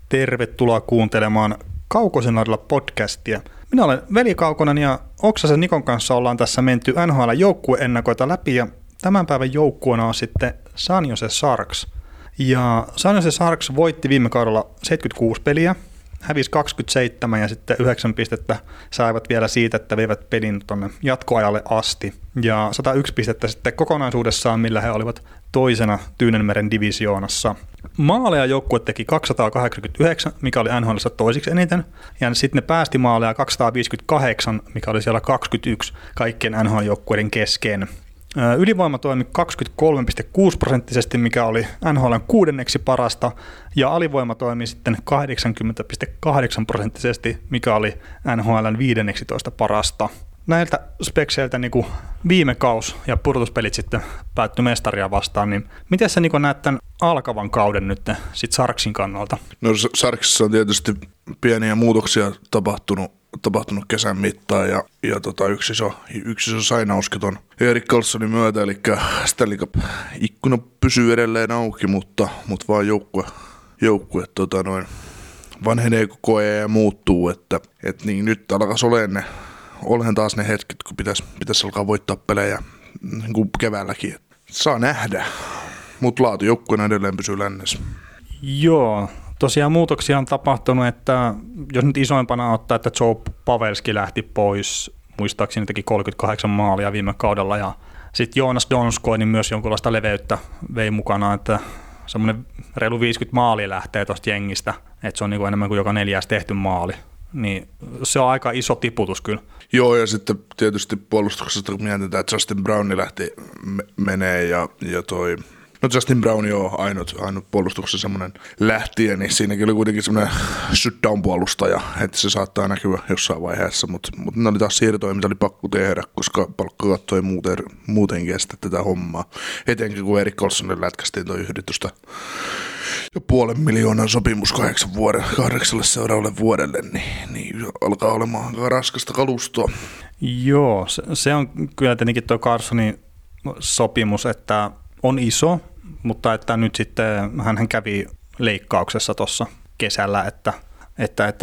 Tervetuloa kuuntelemaan Kaukosen podcastia. Minä olen Veli Kaukonen ja Oksasen Nikon kanssa ollaan tässä menty NHL-joukkueennakoita läpi ja tämän päivän joukkueena on sitten San Jose Sharks. Ja San Jose Sharks voitti viime kaudella 76 peliä, hävisi 27 ja sitten 9 pistettä saivat vielä siitä, että veivät pelin tuonne jatkoajalle asti. Ja 101 pistettä sitten kokonaisuudessaan, millä he olivat toisena Tyynenmeren divisioonassa. Maaleja joukkue teki 289, mikä oli NHL:ssä toisiksi eniten, ja sitten ne päästi maaleja 258, mikä oli siellä 21 kaikkien NHL-joukkueiden kesken. Ylivoima toimi 23,6%, mikä oli NHL:n 6. parasta, ja alivoima toimi sitten 80,8%, mikä oli NHL:n 15. parasta. Näiltä spekseiltä niin viime kaus ja pudotuspelit sitten päättyi mestaria vastaan, niin miten sä niin näet tämän alkavan kauden nyt sit Sharksin kannalta? No Sharksissa on tietysti pieniä muutoksia tapahtunut kesän mittaan ja yksi iso sainauskin ton Erik Karlssonin myötä, eli Stanley Cup-ikkuna pysyy edelleen auki, mutta vaan joukkue vanhenee koko ajan ja muuttuu, että niin nyt alkaisi olemaan taas ne hetket, kun pitäisi alkaa voittaa pelejä niin kuin keväälläkin. Saa nähdä, mutta laatujoukkueena edelleen pysyy lännessä. Joo, tosiaan muutoksia on tapahtunut, että jos nyt isoimpana ottaa, että Joe Pavelski lähti pois, muistaakseni teki 38 maalia viime kaudella, ja sitten Joonas Donskoi niin myös jonkunlaista leveyttä vei mukana, että semmoinen reilu 50 maalia lähtee tuosta jengistä, että se on niin kuin enemmän kuin joka 4. tehty maali. Niin se on aika iso tiputus kyllä. Joo, ja sitten tietysti puolustuksesta kun mietitään, että Justin Brown lähti menee No Justin Brown joo, ainut puolustuksessa semmoinen lähtiä, niin siinäkin oli kuitenkin semmoinen shutdown-puolustaja, että se saattaa näkyä jossain vaiheessa, mutta ne oli taas siirtoja, mitä oli pakko tehdä, koska palkkakatto ei muuten kestä tätä hommaa. Etenkin kun Erik Karlssonille lätkästiin toi yhditystä jo 500,000 sopimus 8 seuraavalle vuodelle, niin alkaa olemaan aika raskasta kalustoa. Joo, se on kyllä tietenkin tuo Karlssonin sopimus, että on iso, mutta että nyt sitten hän kävi leikkauksessa tuossa kesällä, että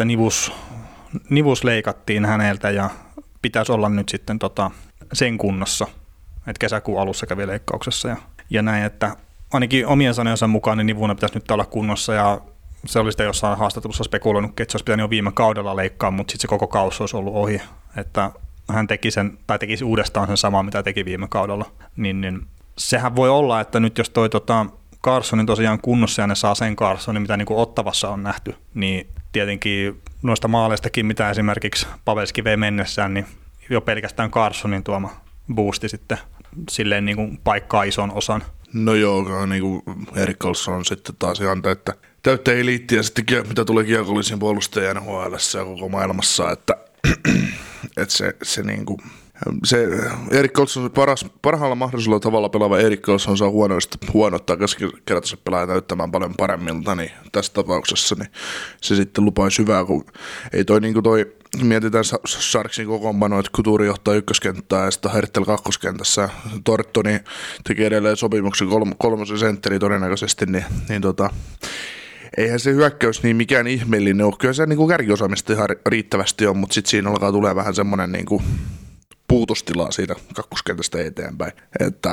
nivus leikattiin häneltä ja pitäisi olla nyt sitten sen kunnossa, että kesäkuun alussa kävi leikkauksessa ja näin, että ainakin omien sanojensa mukaan niin nivuna pitäisi nyt olla kunnossa ja se oli sitä jossain haastattelussa spekuloinut, että se olisi pitänyt jo viime kaudella leikkaa, mutta sitten se koko kausi olisi ollut ohi, että hän tekisi uudestaan sen samaa, mitä teki viime kaudella, niin sehän voi olla, että nyt jos toi Karlssonin tosiaan kunnossa ja ne saa sen Karlssonin, mitä niin kuin Ottavassa on nähty, niin tietenkin noista maaleistakin, mitä esimerkiksi Pavelski vei mennessään, niin jo pelkästään Karlssonin tuoma boosti sitten silleen niin kuin paikkaa ison osan. No joo, niin kuin Erik Karlsson on sitten taas ihan täyttä eliittiä sitten, mitä tulee kiekollisiin puolustajien NHL:ssä ja koko maailmassa, että se niin kuin se Erik Karlsson parhaalla mahdollisella tavalla pelaava Erik Karlsson saa huonoittaa keskikertaisen pelaajan näyttämään paljon paremmilta, niin tässä tapauksessa niin se sitten lupaisi hyvää, kun ei mietitään Sharksin kokoonpanoa, että Couture johtaa ykköskenttää ja sitten Hertel kakkoskentässä. Torttoni teki edelleen sopimuksen kolmosen sentteri todennäköisesti, niin eihän se hyökkäys niin mikään ihmeellinen ole. Kyllä se niin kuin kärkiosaamista ihan riittävästi on, mutta sitten siinä alkaa tulee vähän semmoinen niin kuin puutostilaa siitä kakkoskentästä eteenpäin. Että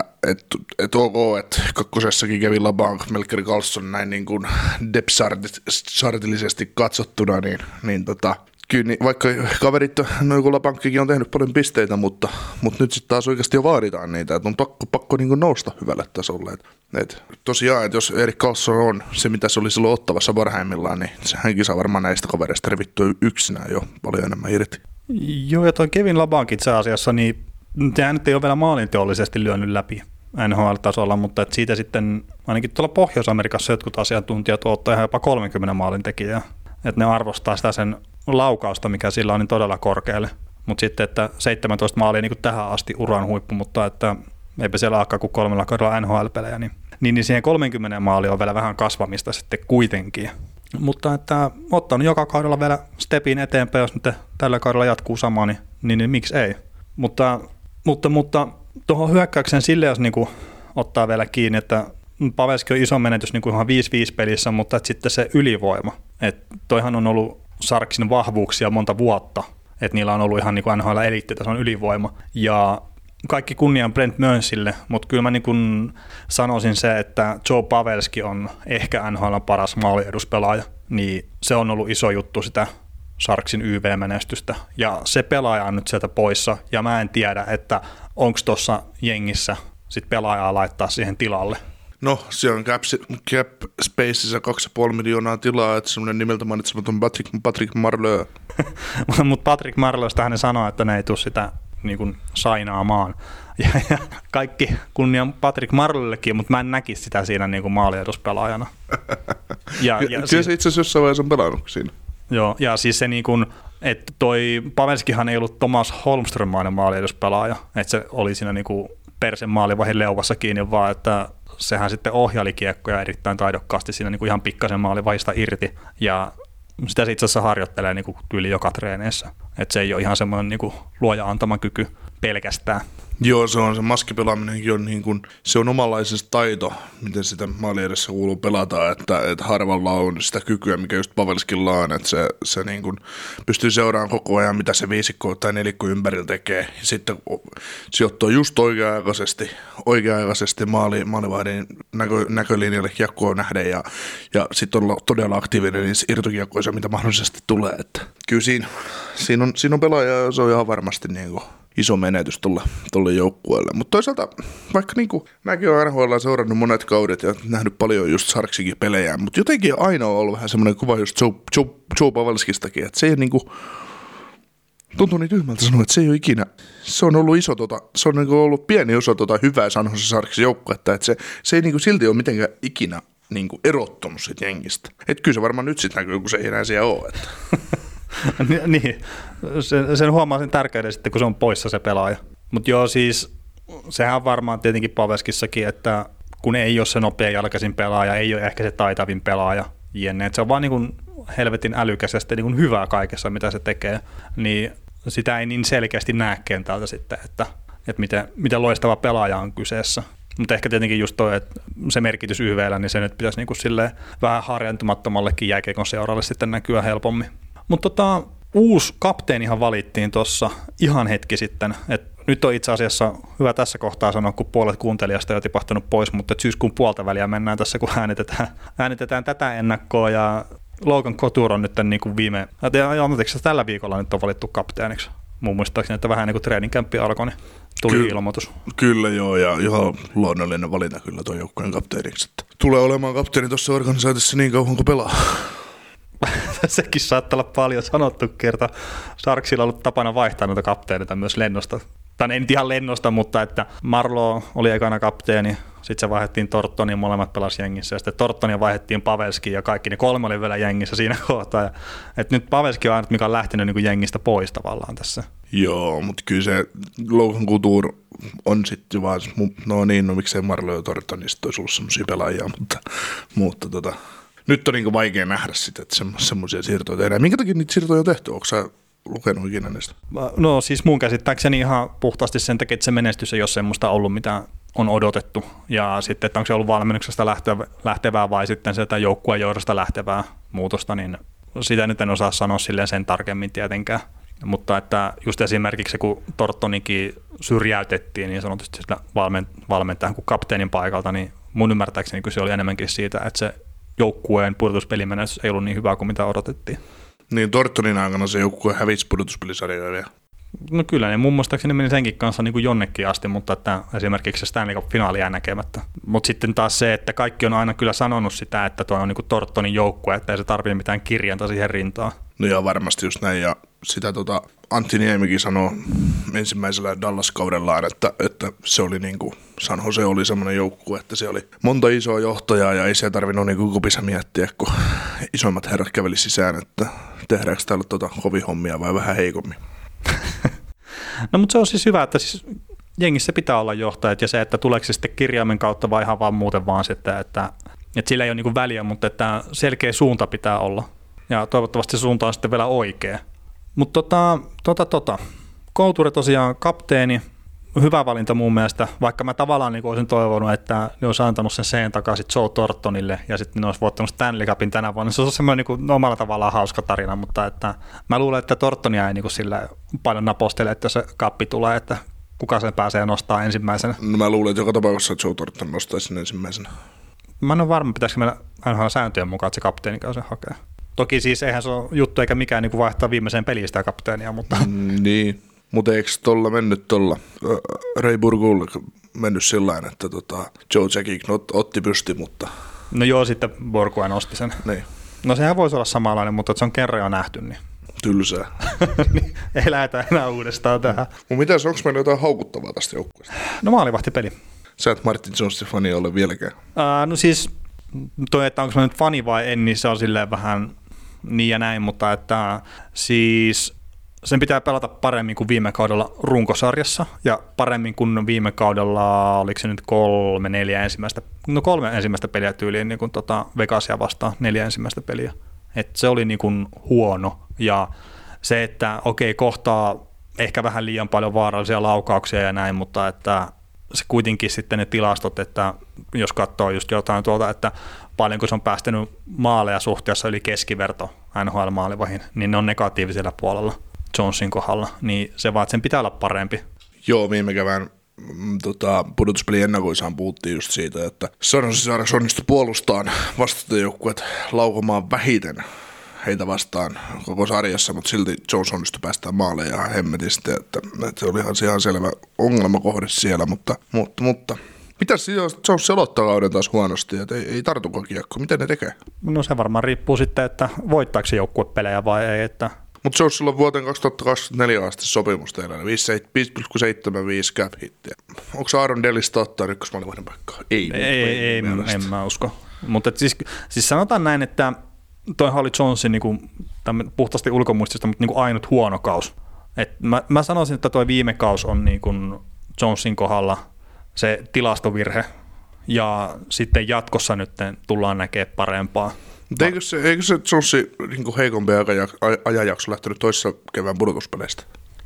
kakkosessakin Kevin Labanc, Melker Karlsson näin niin kuin depth-chartillisesti katsottuna, niin kyllä vaikka kaverit, kun Labanckikin on tehnyt paljon pisteitä, mutta nyt sitten taas oikeasti jo vaaditaan niitä, että on pakko niin kuin nousta hyvälle tasolle. Tosiaan, että jos Erik Karlsson on se, mitä se oli silloin Ottavassa parhaimmillaan, niin hänkin saa varmaan näistä kavereista revittyä yksinään jo paljon enemmän irti. Joo, ja toi Kevin Labanc itse asiassa, niin sehän nyt ei ole vielä maalinteollisesti lyönyt läpi NHL-tasolla, mutta että siitä sitten ainakin tuolla Pohjois-Amerikassa jotkut asiantuntijat ottaa ihan jopa 30 maalin tekijää, että ne arvostaa sitä sen laukausta, mikä sillä on niin todella korkealle, mutta sitten, että 17 maalia niin kuin tähän asti uran huippu, mutta että eipä siellä olekaan kuin 3 kaudella NHL-pelejä, niin siihen 30 maali on vielä vähän kasvamista sitten kuitenkin. Mutta että ottanut joka kaudella vielä stepin eteenpäin, jos nyt tällä kaudella jatkuu sama, niin miksi ei. Mutta tuohon hyökkäykseen sille, jos niinku ottaa vielä kiinni, että Pavelski on iso menetys niinku ihan 5-5 pelissä, mutta että sitten se ylivoima, että toihan on ollut Sharksin vahvuuksia monta vuotta, että niillä on ollut ihan niin kuin NHL-eliittitason ylivoima, ja kaikki kunnian Brent Burnsille, mutta kyllä mä niin kuin sanoisin se, että Joe Pavelski on ehkä NHL:n paras maalieduspelaaja, niin se on ollut iso juttu sitä Sharksin YV-menestystä, ja se pelaaja on nyt sieltä poissa, ja mä en tiedä, että onko tuossa jengissä sit pelaajaa laittaa siihen tilalle. No, siellä on cap spaceissa 2,5 miljoonaa tilaa, että semmoinen nimeltä mainitsematon Patrick Marleau. Mutta Patrick Marleausta hän sanoo, että ne ei tule sitä niin kuin sainaamaan. Ja kaikki kunnia Patrick Marleauillekin, mutta mä en näkisi sitä siinä niin kuin maalieduspelaajana. Kyllä se itse asiassa jossain vaiheessa on pelannut siinä. Joo, ja siis se niin kuin, että toi Pavelskihan ei ollut Thomas Holmström-mainen maalieduspelaaja, että se oli siinä niin kuin persen maalivahin leuvassa kiinni, vaan että sehän sitten ohjaili kiekkoja erittäin taidokkaasti siinä niin kuin ihan pikkasen maalivahista irti, ja sitä se itse asiassa harjoittelee niin kuin tyyli joka treeneissä, että se ei ole ihan semmoinen niin kuin luoja antama kyky pelkästään. Joo, se maskipelaaminenkin on niin kuin, se on omanlaisessa taito, miten sitä maali edessä kuuluu pelata, että harvalla on sitä kykyä, mikä just Pavelskilla on, että se niin kuin pystyy seuraamaan koko ajan, mitä se viisikko tai nelikko ympärillä tekee, ja sitten sijoittaa just oikea-aikaisesti maalivahdin näkölinjalle kiekkoon nähden, ja sitten on todella aktiivinen niissä irtokiekkoissa, mitä mahdollisesti tulee, että kyllä siinä on pelaaja, se on ihan varmasti niin kuin iso menetys tuolle joukkueelle. Mutta toisaalta, vaikka niinku, mäkin olen NHL seurannut monet kaudet ja nähnyt paljon just Sharksikin pelejä, mutta jotenkin aina on ollut vähän semmoinen kuva just Joe Pavelskistakin, että se ei niinku, tuntuu niin tyhmältä sanoa, että se ei ole ikinä, se on ollut se on niinku ollut pieni osa hyvää San Jose Sharksin joukkuetta, että se ei niinku silti ole mitenkään ikinä niinku erottunut siitä jengistä. Että kyllä se varmaan nyt sitten näkyy, kun se ei enää siellä ole. Että. Niin, sen huomaa sen tärkeyden sitten, kun se on poissa se pelaaja. Mutta joo, siis sehän on varmaan tietenkin Paveskissakin, että kun ei ole se nopea jalkaisin pelaaja, ei ole ehkä se taitavin pelaaja, jenne, että se on vaan niin kuin helvetin älykäs ja sitten niin kuin hyvää kaikessa, mitä se tekee, niin sitä ei niin selkeästi näe kentältä sitten, että miten loistava pelaaja on kyseessä. Mutta ehkä tietenkin just toi, että se merkitys YV:llä, niin se nyt pitäisi niin kuin silleen vähän harjantumattomallekin jääkiekon seuralle sitten näkyä helpommin. Mutta uusi kapteenihan valittiin tuossa ihan hetki sitten, että nyt on itse asiassa hyvä tässä kohtaa sanoa, kun puolet kuuntelijasta on jo tipahtanut pois, mutta syyskuun puolta väliä mennään tässä, kun äänitetään tätä ennakkoa, ja Logan Couture on nyt niin kuin tällä viikolla nyt on valittu kapteeniksi. Mun muistaakseni, että vähän niin kuin treeninkämppi alkoi, niin tuli ilmoitus. Kyllä joo, ja ihan luonnollinen valinta kyllä tuon joukkueen kapteeniksi. Tulee olemaan kapteeni tuossa organisaatiossa niin kauan kuin pelaa. Sekin saattaa olla paljon sanottu kerta. Sharksilla on ollut tapana vaihtaa noita kapteenita myös lennosta. Tai ei nyt ihan lennosta, mutta että Marleau oli ekana kapteeni, sitten se vaihdettiin Tortoniin, molemmat pelasi jengissä, ja sitten Tortonia vaihdettiin Pavelskiin, ja kaikki ne kolme oli vielä jengissä siinä kohtaa. Että nyt Pavelski on ainut, mikä on lähtenyt niin kuin jengistä pois tavallaan tässä. Joo, mutta kyllä se Logan Couture on sitten vaan, no miksei Marleau ja Tortonista olisi ollut semmoisia pelaajia, mutta nyt on niin vaikea nähdä sitä, että semmoisia siirtoja tehdään. Minkä takia niitä siirtoja on tehty? Onko sä lukenut ikinä niistä? No siis mun käsittääkseni ihan puhtaasti sen takia, että se menestys ei ole semmoista ollut, mitä on odotettu. Ja sitten, että onko se ollut valmennuksesta lähtevää vai sitten sieltä joukkueen johdosta lähtevää muutosta, niin sitä nyt en osaa sanoa silleen sen tarkemmin tietenkään. Mutta että just esimerkiksi se, kun Tortonikin syrjäytettiin niin sanotusti sitä valmentajan kuin kapteenin paikalta, niin mun ymmärtääkseni kyse oli enemmänkin siitä, että se joukkueen pudotuspelimenestys ei ollut niin hyvä kuin mitä odotettiin. Niin Tortonin aikana se joukkue hävisi pudotuspelisarjoja vielä. No kyllä, ne muun muistaakseni meni senkin kanssa niin kuin jonnekin asti, mutta että esimerkiksi se Stanley Cup-finaali jää näkemättä. Mutta sitten taas se, että kaikki on aina kyllä sanonut sitä, että tuo on niin kuin Tortonin joukkue, että ei se tarvitse mitään kirjainta siihen rintaan. No joo, varmasti just näin, ja sitä Antti Niemikin sanoi ensimmäisellä Dallas-kaudellaan, että se oli niin kuin, San Jose oli semmoinen joukkue, että se oli monta isoa johtajaa, ja ei se tarvinnut niin kuin kupissa miettiä, kun isoimmat herrat käveli sisään, että tehdäänkö täällä hovihommia vai vähän heikommin. No mutta se on siis hyvä, että siis jengissä pitää olla johtajat, ja se, että tuleeko se sitten kirjaimen kautta vai ihan vaan muuten vaan sitten, että sillä ei ole niin kuin väliä, mutta että selkeä suunta pitää olla. Ja toivottavasti se suunta on sitten vielä oikea. Mutta Couture tosiaan kapteeni, hyvä valinta mun mielestä, vaikka mä tavallaan niin olisin toivonut, että ne olisi antanut sen takaisin Joe Thorntonille ja sitten ne olisi voittanut Stanley Cupin tänä vuonna. Se on semmoinen niin omalla tavallaan hauska tarina, mutta että mä luulen, että Thorntonia ei niin sillä paljon napostele, että se kappi tulee, että kuka sen pääsee nostaa ensimmäisenä. No mä luulen, että joka tapauksessa Joe Thornton nostaisi sen ensimmäisenä. Mä en ole varma, pitäisikö meillä aina sääntöjen mukaan, että se kapteeni käy sen hakee. Toki siis eihän se ole juttu eikä mikään niin vaihtaa viimeiseen peliin sitä kapteenia, mutta... Niin, mutta eikö tuolla mennyt Ray Burgulle mennyt sillain, että Joe Jackick otti pysti, mutta... No joo, sitten Borgua nosti sen. Niin. No sehän voisi olla samanlainen, mutta se on kerran jo nähty, niin... Tylsää. Niin, ei lähdetä enää uudestaan tähän. Mutta mitäs, onko meillä jotain haukuttavaa tästä joukkueesta? No maalivahtipeli. Sä et Martin Jonesin fani ole vieläkään. No siis, toi, että onko mä nyt fani vai en, niin se on silleen vähän niin ja näin, mutta että siis sen pitää pelata paremmin kuin viime kaudella runkosarjassa ja paremmin kuin viime kaudella, oliko se nyt 3 ensimmäistä peliä tyyliin niin kuin Vegasia vastaan 4 ensimmäistä peliä. Et se oli niin kuin huono ja se, että okei, kohtaa ehkä vähän liian paljon vaarallisia laukauksia ja näin, mutta että se kuitenkin sitten ne tilastot, että jos katsoo just jotain tuolta, että paljonko se on päästänyt maaleja suhteessa yli keskiverto NHL-maalivahin, niin ne on negatiivisella puolella Jonesin kohdalla, niin se vaan, että sen pitää olla parempi. Joo, viime kevään pudotuspelin ennakoisaan puhuttiin just siitä, että Saaraks onnistui puolustaan vastustajoukkueet laukomaan vähiten heitä vastaan koko sarjassa, mutta silti Jones onnistui päästään maaleja ihan hemmetisti, että se oli ihan selvä ongelmakohde siellä, mutta mitäs jos Jones aloittaa kauden taas huonosti, että ei tartuko kiekko, miten ne tekee? No se varmaan riippuu sitten, että voittaako se joukkuepelejä vai ei, että... Mutta Jonesilla on vuoteen 2024 asti sopimus teillä, 5,75 cap hittiä. Onko Aaron Delista ottaa ykkösmaalivahdin paikkaa? Ei, en mä usko. Mutta siis sanotaan näin, että toihan oli Jonesin niinku, puhtaasti ulkomuistista, mutta niinku ainut huono kaus. Et mä sanoisin, että toi viime kaus on niinku Jonesin kohdalla se tilastovirhe, ja sitten jatkossa nyt tullaan näkemään parempaa. Eikö se Jonesin niinku heikompi ajanjakso lähtenyt toisessa kevään pudotuspeleistä?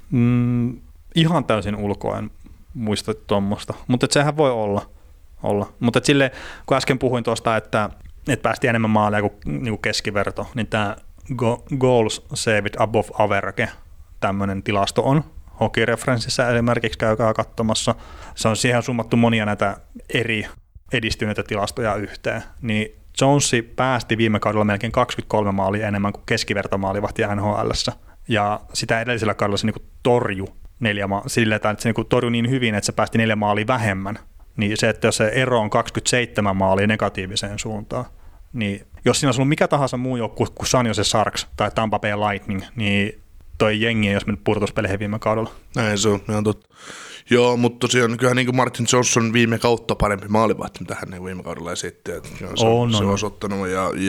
Ihan täysin ulkoa en muista tuommoista, mutta sehän voi olla. Mutta sille, kun äsken puhuin tuosta, että päästiin enemmän maaleja kuin niinku keskiverto, niin tämä goals saved above average, tämmöinen tilasto on Hockey-referenssissä esimerkiksi, käykää katsomassa. Se on siihen summattu monia näitä eri edistyneitä tilastoja yhteen, niin Jonesi päästi viime kaudella melkein 23 maalia enemmän kuin keskivertomaalivahti NHL:ssä, ja sitä edellisellä kaudella se niinku torjui 4 maalia, sillä että se niinku torjui niin hyvin, että se päästi 4 maalia vähemmän. Niin se, että jos se ero on 27 maalia negatiiviseen suuntaan, niin jos siinä olisi ollut mikä tahansa muu joukkue kuin San Jose Sharks tai Tampa Bay Lightning, niin toi jengi ei olisi mennyt pudotuspeleihin viime kaudella. Näin se on, ihan totta. Joo, mutta tosiaan kyllähän niin kuin Martin Johnson viime kautta parempi maalivahti, mitä hän viime kaudella esitti. Se on osoittanut.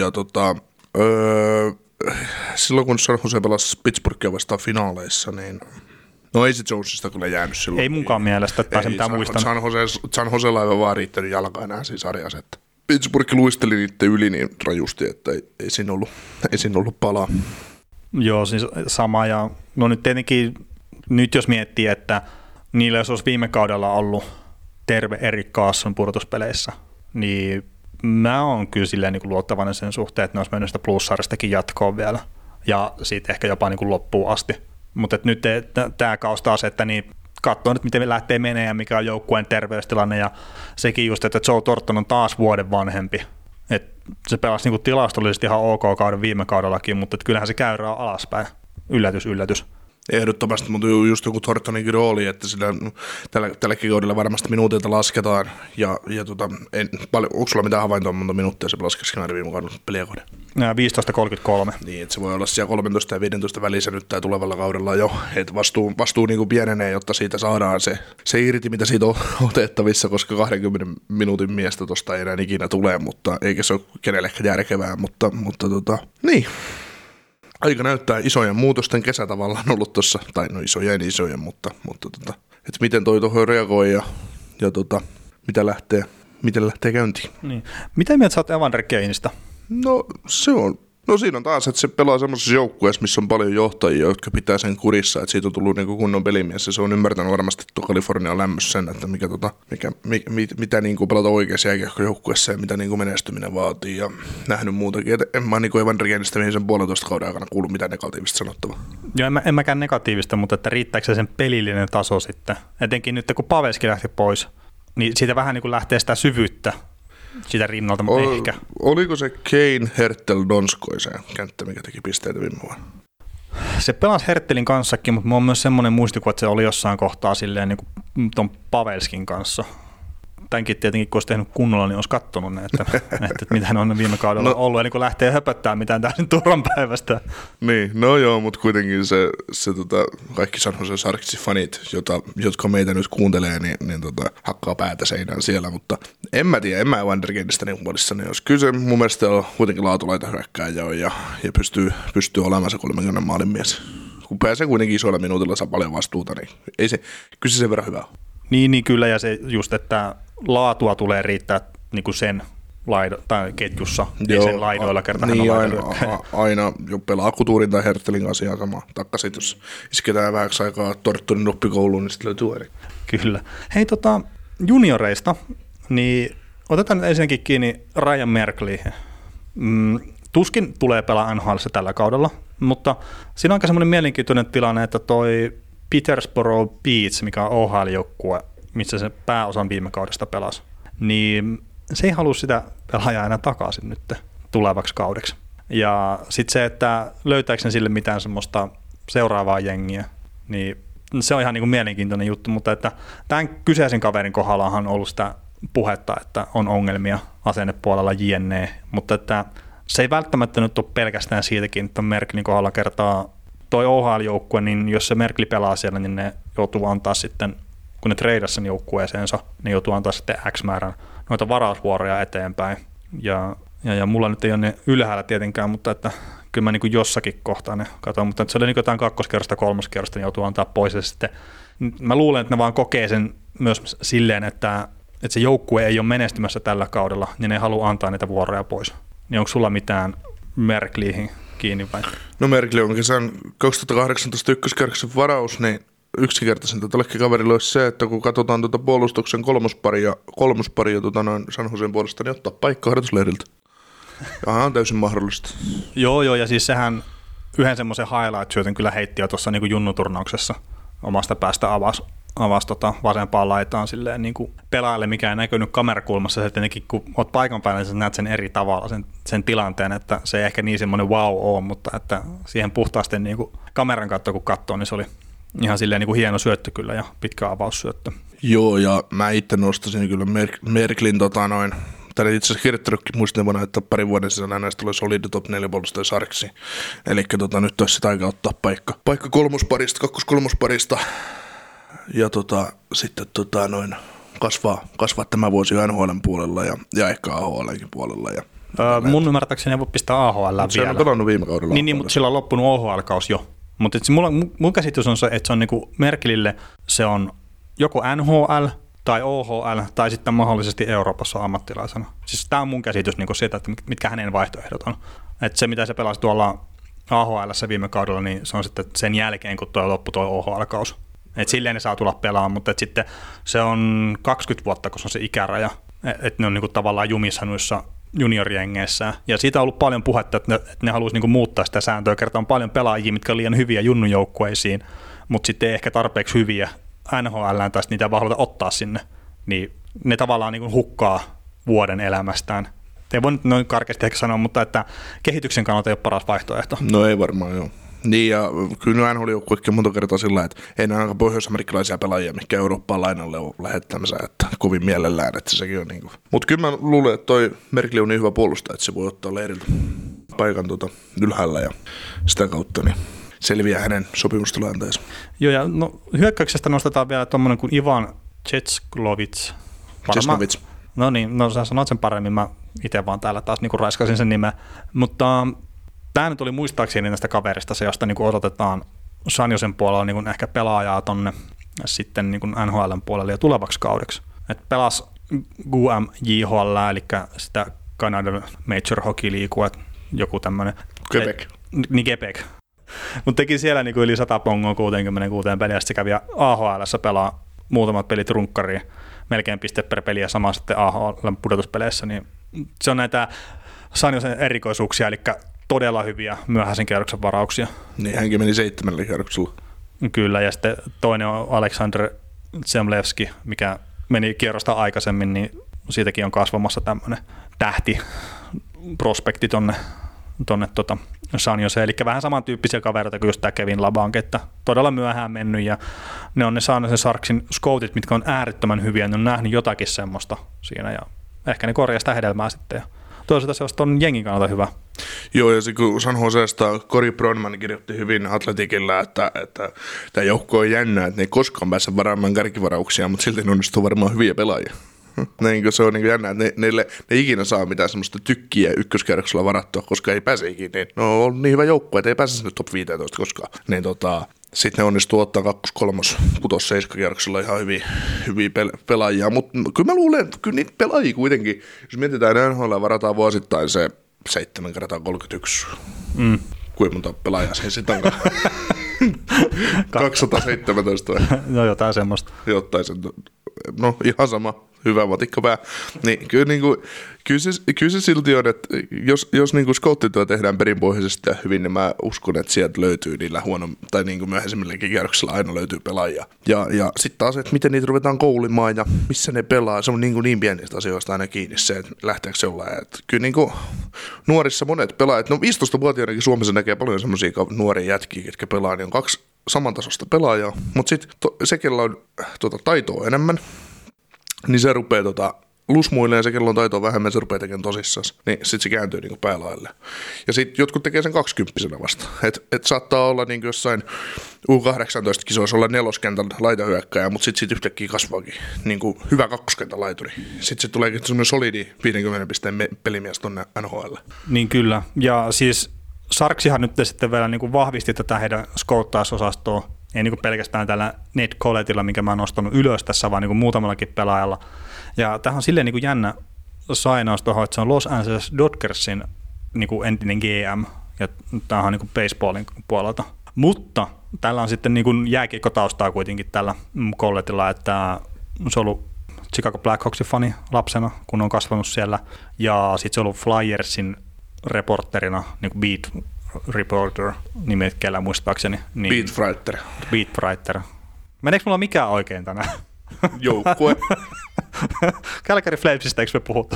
Silloin kun San Jose pelasi Pittsburghia vastaan finaaleissa, niin no ei se Jonesista kyllä jäänyt silloin. Ei munkaan mielestä, että pääsen mitään muistanut. San Josella ei vaan riittänyt jalka enää siinä sarjassa. Että Pittsburgh luisteli niiden yli niin rajusti, että ei siinä ollut palaa. Joo, siis sama. Ja no nyt tietenkin, nyt jos miettii, että niillä jos olisi viime kaudella ollut terve Erik Karlsson pudotuspeleissä, niin mä oon kyllä silleen niin kuin luottavainen sen suhteen, että ne olisi mennyt sitä plussarjastakin jatkoon vielä. Ja siitä ehkä jopa niin kuin loppuun asti. Mutta nyt tämä kausi taas, että niin katsoo nyt, miten lähtee menee ja mikä on joukkueen terveystilanne. Ja sekin just, että Joe Thornton on taas vuoden vanhempi. Et se pelasi niinku tilastollisesti ihan ok kauden viime kaudellakin, mutta kyllähän se käyrä on alaspäin. Yllätys. Ehdottomasti, mutta just joku Thorntoninkin rooli, että sillä tälläkin kaudella varmasti minuutilta lasketaan. Onko sulla mitään havaintoa monta minuuttia se laskeskenäri viime kaudella peliä kohden? 15-33. Niin, että se voi olla siellä 13 ja 15 välissä nyt tai tulevalla kaudella jo, että vastuu niin kuin pienenee, jotta siitä saadaan se irti, mitä siitä on otettavissa, koska 20 minuutin miestä tuosta ei enää ikinä tule, mutta eikä se ole kenellekään järkevää, mutta niin. Aika näyttää isojen muutosten kesä tavallaan ollut tuossa, tai no isojen, mutta että miten toi tuohon reagoi ja miten lähtee käyntiin. Niin. Mitä mieltä sä oot Evander Kaneista? No se on No siinä on taas, että se pelaa semmoisessa joukkueessa, missä on paljon johtajia, jotka pitää sen kurissa, että siitä on tullut niinku kunnon pelimies, ja se on ymmärtänyt varmasti tuo Kalifornian lämmössä sen, että mitä niinku pelata oikeassa jääkiekkojoukkueessa ja mitä niinku menestyminen vaatii, ja nähnyt muutakin. Et en mä niinku Evander Känistä sen 1,5 kauden aikana kuullut mitään negatiivista sanottavaa. Joo, en mäkään negatiivista, mutta että riittääkö se sen pelillinen taso sitten? Etenkin nyt kun Pavelski lähti pois, niin siitä vähän niin kuin lähtee sitä syvyyttä sitä rinnalta, mutta ehkä. Oliko se Kane, Hertel, Donskoi se kenttä, mikä teki pisteitä viime vuonna? Se pelasi Herttelin kanssakin, mutta mulla on myös semmoinen muistikuva, että se oli jossain kohtaa silleen niin kuin ton Pavelskin kanssa. Tämänkin tietenkin, kun olisi tehnyt kunnolla, niin olisi katsonut ne, että mitä ne on viime kaudella ollut, ja niin kun lähtee höpöttämään mitään täysin turhan päivästä. Niin, no joo, mutta kuitenkin se kaikki San Jose Sharksin fanit, jotka meitä nyt kuuntelee, niin hakkaa päätä seinään siellä, mutta en mä tiedä, en mä Wandergenistä niin huolissani, jos kyllä se mun mielestä on kuitenkin laatulaita hyökkääjä ja pystyy olemaan se 30 maalin mies. Kun pääsee kuitenkin isoilla minuutilla saa paljon vastuuta, niin ei se, kyllä se sen verran hyvä on. Niin kyllä, ja se just, että laatua tulee riittää niin kuin sen tai ketjussa, ja sen laidoilla kertaan. Niin, aina jo pelaa Kuturin tai Herttelin kanssa ihan sama. Takkasit, jos isketään vähäksi aikaa Tortturin nuppikouluun, niin sitten löytyy eri. Kyllä. Hei, junioreista, niin otetaan nyt ensinnäkin kiinni Ryan Merkleyhin. Tuskin tulee pelaa NHL:ssä tällä kaudella, mutta siinä on aika semmoinen mielenkiintoinen tilanne, että toi Petersboro Beats, mikä on OHL-joukkue, missä se pääosan viime kaudesta pelasi, niin se ei halua sitä pelaajaa enää takaisin nyt tulevaksi kaudeksi. Ja sitten se, että löytääkö ne sille mitään semmoista seuraavaa jengiä, niin se on ihan niin kuin mielenkiintoinen juttu, mutta että tämän kyseisen kaverin kohdallahan on ollut sitä puhetta, että on ongelmia asennepuolella jne, mutta että se ei välttämättä nyt ole pelkästään siitäkin, että Merklin kohdalla kertaa toi OHL-joukkue, niin jos se Merkli pelaa siellä, niin ne joutuu antaa sitten, kun ne treidasi sen joukkueeseensa, ne joutuu antaa sitten X määrän noita varausvuoroja eteenpäin. Ja mulla nyt ei ole ne ylhäällä tietenkään, mutta että kyllä mä niin kuin jossakin kohtaa ne katson, mutta että se oli niin jotain 2. kerrosta, 3. kerrosta, niin joutuu antaa pois. Ja sitten mä luulen, että ne vaan kokee sen myös silleen, että se joukkue ei ole menestymässä tällä kaudella, niin ne ei halua antaa niitä vuoroja pois. Niin onko sulla mitään Merkleyhin kiinni vai? No Merkley on kesän 2018 ykköskerroksen varaus, niin yksinkertaisinta tällekin kaverille olisi se, että kun katsotaan puolustuksen kolmosparia San Joseen puolesta, niin ottaa paikka harjoitusleiriltä. Ja on täysin mahdollista. Joo, ja siis sehän yhden semmoisen highlight-syötön kyllä heitti jo tuossa niin kuin junnuturnauksessa omasta päästä avasi vasempaan laitaan silleen niin kuin pelaajalle, mikä ei näkynyt kamerakulmassa. Se tietenkin, kun olet paikan päällä, niin sä näet sen eri tavalla, sen tilanteen, että se ei ehkä niin semmoinen wow ole, mutta että siihen puhtaasti niin kuin kameran kautta kun katsoo, niin se oli ihan silleen niin kuin hieno syöttö kyllä ja pitkä avaussyöttö. Joo, ja mä itse nostasin kyllä Merklin Tänne itse asiassa kirjoittanutkin muistelmana, että parin vuoden sisällä näistä tulee solidi top 4 puolustaja Sarksi. Eli nyt olisi sitä aika ottaa paikka kakkos-kolmosparista ja sitten kasvaa tämä vuosi NHL:n puolella ja ehkä AHL:nkin puolella. Ja mun ymmärtääkseni ei voi pistää AHL vielä. Se on pelannut viime kaudella. Niin, mutta sillä on loppunut OHL-kaus jo. Mutta mun käsitys on se, että se on niinku Merkelille se on joko NHL tai OHL tai sitten mahdollisesti Euroopassa ammattilaisena. Siis tämä on mun käsitys niinku siitä, että mitkä hänen vaihtoehdot on. Että se, mitä se pelasi tuolla AHL:ssä viime kaudella, niin se on sitten sen jälkeen, kun loppui tuo OHL-kaus. Että silleen ne saa tulla pelaamaan, mutta sitten se on 20 vuotta, kun se on se ikäraja. Että ne on niinku tavallaan jumissa noissa juniorjengeissä. Ja siitä on ollut paljon puhetta, että ne haluaisi niinku muuttaa sitä sääntöä. Kertaan paljon pelaajia, mitkä on liian hyviä junnujoukkueisiin, mutta sitten ei ehkä tarpeeksi hyviä NHL:ään tai niitä ei vaan haluta ottaa sinne. Niin ne tavallaan niinku hukkaa vuoden elämästään. Ei voi nyt noin karkeasti ehkä sanoa, mutta että kehityksen kannalta ei ole paras vaihtoehto. No ei varmaan, joo. Niin, ja kyllä NHL-joukkuekin monta kertaa sillä, että ei ne ainakaan pohjois-amerikkalaisia pelaajia, mikä Eurooppaan lainalle on lähettämänsä, että kovin mielellään, että sekin on niin kuin. Mutta kyllä mä luulen, että toi Merkley on niin hyvä puolustaja, että se voi ottaa leiriltä paikan ylhäällä ja sitä kautta niin selviää hänen sopimustilanteensa. Joo, ja no, hyökkäyksestä nostetaan vielä tuommoinen kuin Ivan Chetsklovits. No niin, no sä sanoit sen paremmin, mä itse vaan täällä taas niin kuin raiskasin sen nimen, mutta tämä nyt oli muistaakseni näistä kaverista se, josta niin odotetaan San Josen puolella niin ehkä pelaajaa tonne sitten niin NHL:n puolelle ja tulevaksi kaudeksi. Et pelasi GUM JHL, eli sitä Canadian Major Hockey League, joku tämmöinen Quebec. Niin Quebec. Mutta teki siellä niinku yli 100 pongoa 66 peliä, ja se kävi AHL:ssä pelaa muutamat pelit runkkariin, melkein piste per peli ja sama sitten AHL-pudotuspeleissä, niin se on näitä San Josen erikoisuuksia, eli todella hyviä myöhäisen kierroksen varauksia. Niin, hänkin meni 7 kierroksella. Kyllä, ja sitten toinen on Aleksandr Zemlevski, mikä meni kierrosta aikaisemmin, niin siitäkin on kasvamassa tämmöinen tähtiprospekti tonne San Jose, eli vähän samantyyppisiä kavereita kuin just tämä Kevin Labanc, että todella myöhään mennyt, ja ne on ne San Jose Sharksin scoutit, mitkä on äärettömän hyviä, ne on nähnyt jotakin semmoista siinä, ja ehkä ne korjaa sitä hedelmää sitten, ja toisaalta se on jengin kannalta hyvä. Joo, ja kun San Josesta Cory Bronman kirjoitti hyvin Atleticillä, että tämä joukko on jännä, että ne ei koskaan pääse varaamaan kärkivarauksia, mutta silti ne onnistuu varmaan hyviä pelaajia. Se on niin jännä, että ne ei ikinä saa mitään semmoista tykkiä ykköskierroksella varattua, koska ei pääse ikinä. No on ollut niin hyvä joukko, että ei pääse sinne top 15 koskaan. Niin sitten ne onnistuu ottaa 2., 3., 6., 7 kierroksella ihan hyviä pelaajia, mutta kyllä mä luulen, että kyllä niitä pelaajia kuitenkin, jos mietitään, että NHL varataan vuosittain se 7x31. Kuinka monta pelaajaa se sitten onkaan? 217. No jotain semmoista. No ihan sama, hyvä matikkapää. Niin, kyllä se silti on, että jos niin scouttityö tehdään perinpohjaisesti ja hyvin, niin mä uskon, että sieltä löytyy niillä tai niin myöhäisemmilläkin kierroksilla aina löytyy pelaajia. Ja sitten taas, että miten niitä ruvetaan koulimaan ja missä ne pelaa, se on niin pienistä asioista aina kiinni se, että lähteekö se olla. Että kyllä niin nuorissa monet pelaajat, no 15-vuotiaanakin Suomessa näkee paljon semmoisia nuoria jätkiä, jotka pelaa, niin on 2 samantasoista pelaajaa, mutta sitten se, kellä on taitoa enemmän, niin se rupeaa lusmuille ja se, kello on taitoa vähemmän, se rupeaa tekemään tosissaan. Niin sitten se kääntyy niinku päälaille. Ja sitten jotkut tekee sen 20-vuotiaana vasta. Et saattaa olla niinku jossain U18-kisoissa olla 4-kentän laitahyökkääjä, mutta sitten yhtäkkiä kasvaakin niinku hyvä 2-kentän laituri. Sitten se tuleekin semmoinen solidi 50 pisteen pelimies tonne NHL. Niin kyllä. Ja siis Sharksihan nyt sitten vielä niinku vahvisti tätä heidän skouttausosastoa. Ei niinku pelkästään tällä Ned Collettilla, minkä mä oon nostanut ylös tässä, vaan niinku muutamallakin pelaajalla. Ja tämähän on silleen niinku jännä sainaus tuohon, että se on Los Angeles Dodgersin niinku entinen GM, ja tämähän on niinku baseballin puolelta. Mutta tällä on sitten niinku jääkiekkotaustaa kuitenkin tällä Collettilla, että se on ollut Chicago Blackhawksin fani lapsena, kun on kasvanut siellä, ja sitten se on ollut Flyersin reporterina, niinku beat reporter nimekkeellä muistaakseni. Niin, Beatwriter. Meneekö mulla mikään oikein tänään? Joukkue. Calgary Flamesista, eikö me puhuta?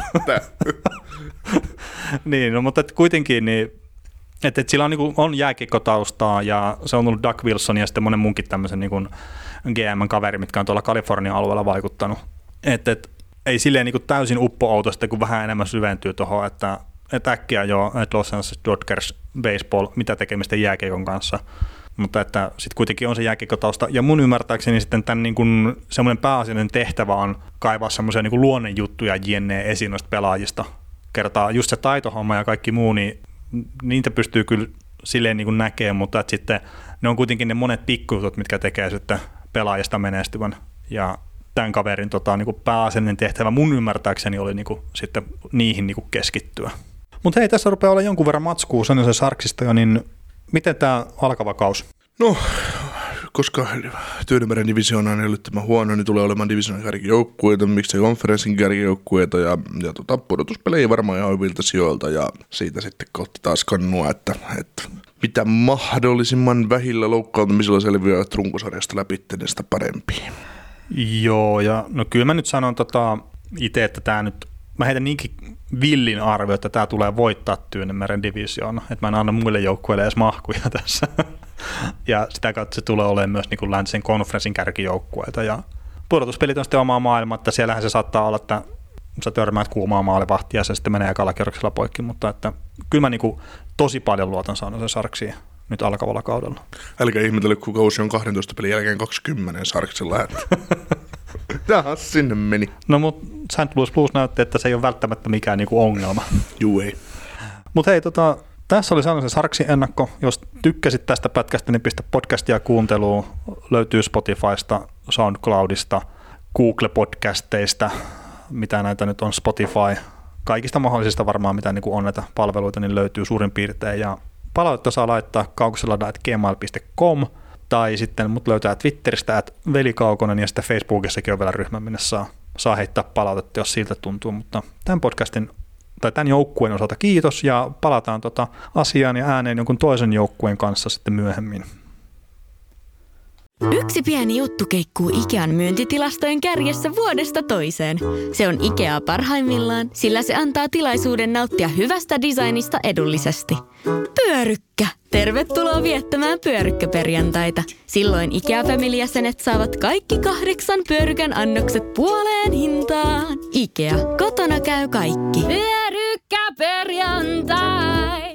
Niin, no, mutta kuitenkin, niin, että sillä on, niin on jääkiekkotaustaa ja se on ollut Doug Wilson ja sitten monen munkin tämmöisen niin GM-kaveri, mitkä on tuolla Kalifornian alueella vaikuttanut. Että ei silleen niin täysin uppo-outo sitten, kun vähän enemmän syventyy tuohon, että äkkiä jo, että Los Angeles Dodgers baseball, mitä tekemistä jääkiekon kanssa, mutta että sitten kuitenkin on se jääkiekkotausta, ja mun ymmärtääkseni sitten tämän niin kuin semmoinen pääasiallinen tehtävä on kaivaa semmoisia niin kuin luonnejuttuja jne. Esiin noista pelaajista, kertaa just se taitohomma ja kaikki muu, niin niitä pystyy kyllä silleen niin kuin näkemään, mutta että sitten ne on kuitenkin ne monet pikkujutut, mitkä tekee sitten pelaajista menestyvän, ja tämän kaverin niin kuin pääasiallinen tehtävä mun ymmärtääkseni oli niin kuin sitten niihin niin kuin keskittyä. Mutta hei, tässä rupeaa olla jonkun verran matskua San Jose Sharksista jo, niin miten tämä alkava kausi? No, koska Tyynemeren divisioona on älyttömän huono, niin tulee olemaan divisioonan kärkijoukkueita, miksei konferenssin kärkijoukkueita ja pudotuspelejä varmaan ihan hyviltä sijoilta ja siitä sitten kohti taas kannua, että mitä mahdollisimman vähillä loukkaantumisilla selviävät runkosarjasta läpi, niin sitä parempi. Joo, ja no kyllä mä nyt sanon itse, että tämä nyt, mä heitän niinkin villin arvio, että tämä tulee voittaa Tyynemeren divisioona, että mä en anna muille joukkueille edes mahkuja tässä. Ja sitä kautta se tulee olemaan myös niin kuin läntisen konferenssin kärkijoukkueita. Ja pudotuspelit on sitten omaa maailmaa, että siellähän se saattaa olla, että sä törmäät kuumaa maalivahtia ja se sitten menee ekalla kierroksella poikki, mutta että kyllä mä niin kuin tosi paljon luotan San Jose Sharksiin nyt alkavalla kaudella. Älkää ihmetellä, kun kausi on 12 pelin jälkeen 20 Sharksilla. Tähän sinne meni. No mutta St. Louis Blues näytti, että se ei ole välttämättä mikään niinku ongelma. Juu ei. Mutta hei, tässä oli San Jose Sharksin ennakko. Jos tykkäsit tästä pätkästä, niin pistä podcastia kuunteluun. Löytyy Spotifysta, SoundCloudista, Google-podcasteista, mitä näitä nyt on, Spotify. Kaikista mahdollisista varmaan, mitä niinku on näitä palveluita, niin löytyy suurin piirtein. Ja Palautetta saa laittaa kaukoselada@gmail.com tai sitten mut löytää Twitteristä @velikaukonen ja sitten Facebookissakin on vielä ryhmä, minne saa heittää palautetta, jos siltä tuntuu, mutta tämän joukkueen osalta kiitos ja palataan asiaan ja ääneen jonkun toisen joukkueen kanssa sitten myöhemmin. Yksi pieni juttu keikkuu Ikean myyntitilastojen kärjessä vuodesta toiseen. Se on Ikea parhaimmillaan, sillä se antaa tilaisuuden nauttia hyvästä designista edullisesti. Pyörykkä! Tervetuloa viettämään pyörykkäperjantaita. Silloin Ikea-familijäsenet saavat kaikki 8 pyörykän annokset puoleen hintaan. Ikea, kotona käy kaikki. Pyörykkäperjantai!